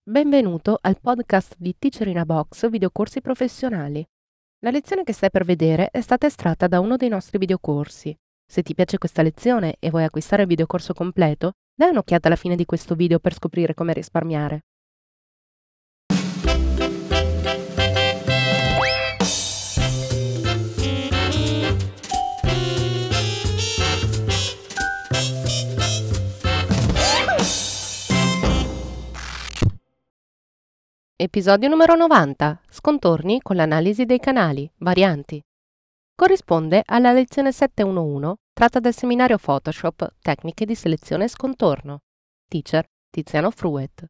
Benvenuto al podcast di Teacher in a Box videocorsi professionali. La lezione che stai per vedere è stata estratta da uno dei nostri videocorsi. Se ti piace questa lezione e vuoi acquistare il videocorso completo, dai un'occhiata alla fine di questo video per scoprire come risparmiare. Episodio numero 90. Scontorni con l'analisi dei canali, varianti. Corrisponde alla lezione 711 tratta dal seminario Photoshop Tecniche di selezione e scontorno. Teacher Tiziano Fruet.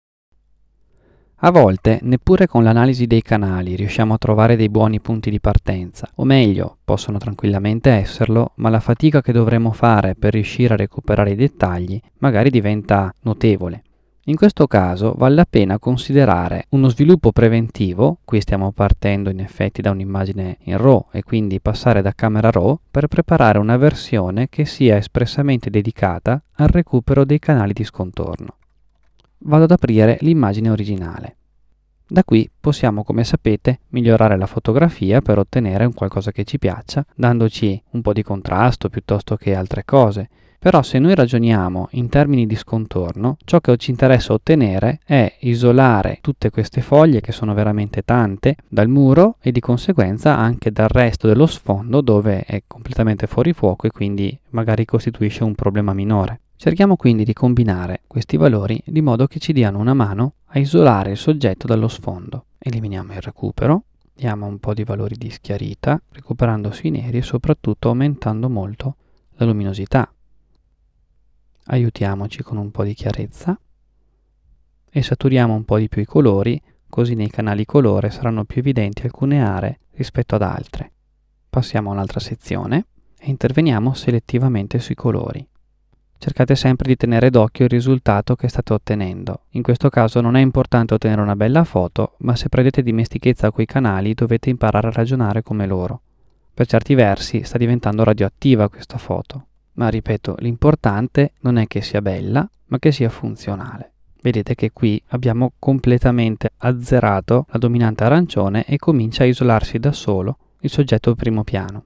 A volte neppure con l'analisi dei canali riusciamo a trovare dei buoni punti di partenza, o meglio, possono tranquillamente esserlo, ma la fatica che dovremo fare per riuscire a recuperare i dettagli magari diventa notevole. In questo caso vale la pena considerare uno sviluppo preventivo, qui stiamo partendo in effetti da un'immagine in RAW e quindi passare da camera RAW per preparare una versione che sia espressamente dedicata al recupero dei canali di scontorno. Vado ad aprire l'immagine originale. Da qui possiamo, come sapete, migliorare la fotografia per ottenere un qualcosa che ci piaccia, dandoci un po' di contrasto piuttosto che altre cose. Però se noi ragioniamo in termini di scontorno, ciò che ci interessa ottenere è isolare tutte queste foglie, che sono veramente tante, dal muro e di conseguenza anche dal resto dello sfondo dove è completamente fuori fuoco e quindi magari costituisce un problema minore. Cerchiamo quindi di combinare questi valori di modo che ci diano una mano a isolare il soggetto dallo sfondo. Eliminiamo il recupero, diamo un po' di valori di schiarita, recuperando sui neri e soprattutto aumentando molto la luminosità. Aiutiamoci con un po' di chiarezza e saturiamo un po' di più i colori, così nei canali colore saranno più evidenti alcune aree rispetto ad altre. Passiamo a un'altra sezione e interveniamo selettivamente sui colori. Cercate sempre di tenere d'occhio il risultato che state ottenendo. In questo caso non è importante ottenere una bella foto, ma se prendete dimestichezza coi canali dovete imparare a ragionare come loro. Per certi versi sta diventando radioattiva questa foto. Ma ripeto, l'importante non è che sia bella, ma che sia funzionale. Vedete che qui abbiamo completamente azzerato la dominante arancione e comincia a isolarsi da solo il soggetto primo piano.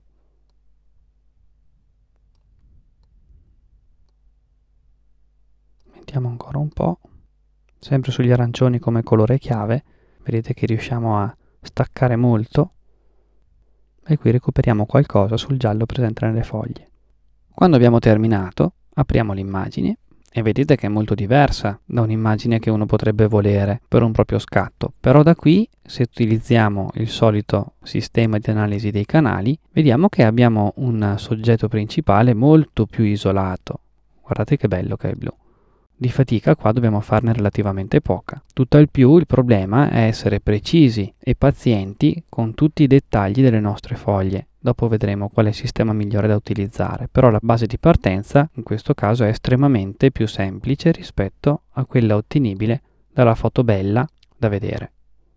Mettiamo ancora un po', sempre sugli arancioni come colore chiave, vedete che riusciamo a staccare molto e qui recuperiamo qualcosa sul giallo presente nelle foglie. Quando abbiamo terminato, apriamo l'immagine e vedete che è molto diversa da un'immagine che uno potrebbe volere per un proprio scatto. Però da qui, se utilizziamo il solito sistema di analisi dei canali, vediamo che abbiamo un soggetto principale molto più isolato. Guardate che bello che è il blu. Di fatica qua dobbiamo farne relativamente poca. Tutt'al più il problema è essere precisi e pazienti con tutti i dettagli delle nostre foglie. Dopo vedremo qual è il sistema migliore da utilizzare, però la base di partenza in questo caso è estremamente più semplice rispetto a quella ottenibile dalla foto bella da vedere.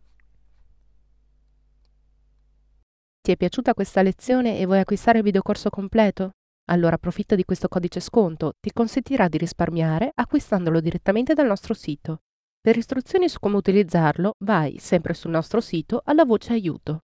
Ti è piaciuta questa lezione e vuoi acquistare il videocorso completo? Allora approfitta di questo codice sconto, ti consentirà di risparmiare acquistandolo direttamente dal nostro sito. Per istruzioni su come utilizzarlo, vai sempre sul nostro sito alla voce aiuto.